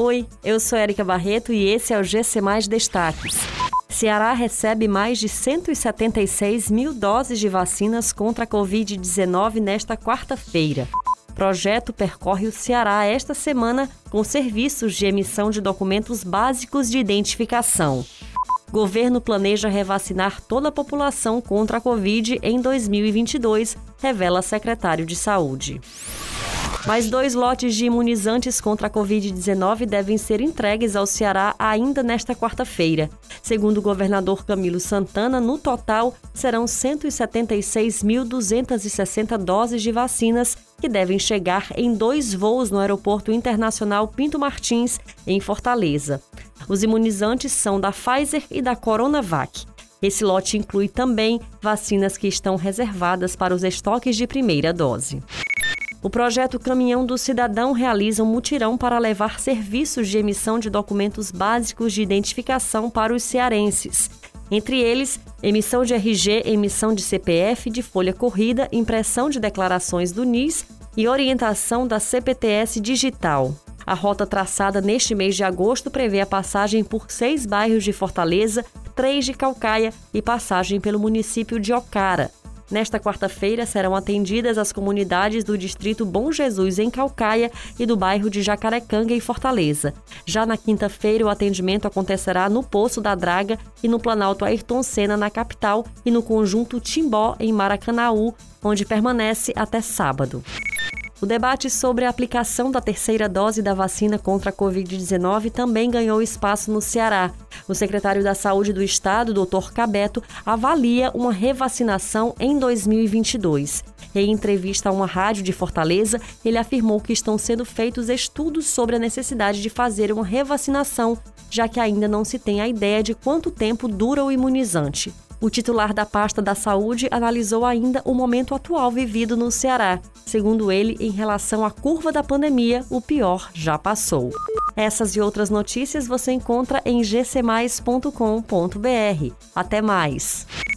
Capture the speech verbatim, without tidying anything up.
Oi, eu sou Érica Barreto e esse é o G C Mais Destaques. Ceará recebe mais de cento e setenta e seis mil doses de vacinas contra a covid dezenove nesta quarta-feira. Projeto percorre o Ceará esta semana com serviços de emissão de documentos básicos de identificação. Governo planeja revacinar toda a população contra a Covid em dois mil e vinte e dois, revela secretário de Saúde. Mais dois lotes de imunizantes contra a covid dezenove devem ser entregues ao Ceará ainda nesta quarta-feira. Segundo o governador Camilo Santana, no total serão cento e setenta e seis mil duzentas e sessenta doses de vacinas que devem chegar em dois voos no Aeroporto Internacional Pinto Martins, em Fortaleza. Os imunizantes são da Pfizer e da Coronavac. Esse lote inclui também vacinas que estão reservadas para os estoques de primeira dose. O projeto Caminhão do Cidadão realiza um mutirão para levar serviços de emissão de documentos básicos de identificação para os cearenses. Entre eles, emissão de R G, emissão de C P F, de folha corrida, impressão de declarações do N I S e orientação da C P T S digital. A rota traçada neste mês de agosto prevê a passagem por seis bairros de Fortaleza, três de Caucaia e passagem pelo município de Ocara. Nesta quarta-feira serão atendidas as comunidades do distrito Bom Jesus, em Caucaia, e do bairro de Jacarecanga, em Fortaleza. Já na quinta-feira, o atendimento acontecerá no Poço da Draga e no Planalto Ayrton Senna, na capital, e no Conjunto Timbó, em Maracanaú, onde permanece até sábado. O debate sobre a aplicação da terceira dose da vacina contra a covid dezenove também ganhou espaço no Ceará. O secretário da Saúde do Estado, doutor Cabeto, avalia uma revacinação em dois mil e vinte e dois. Em entrevista a uma rádio de Fortaleza, ele afirmou que estão sendo feitos estudos sobre a necessidade de fazer uma revacinação, já que ainda não se tem a ideia de quanto tempo dura o imunizante. O titular da pasta da Saúde analisou ainda o momento atual vivido no Ceará. Segundo ele, em relação à curva da pandemia, o pior já passou. Essas e outras notícias você encontra em g c mais ponto com ponto b r. Até mais!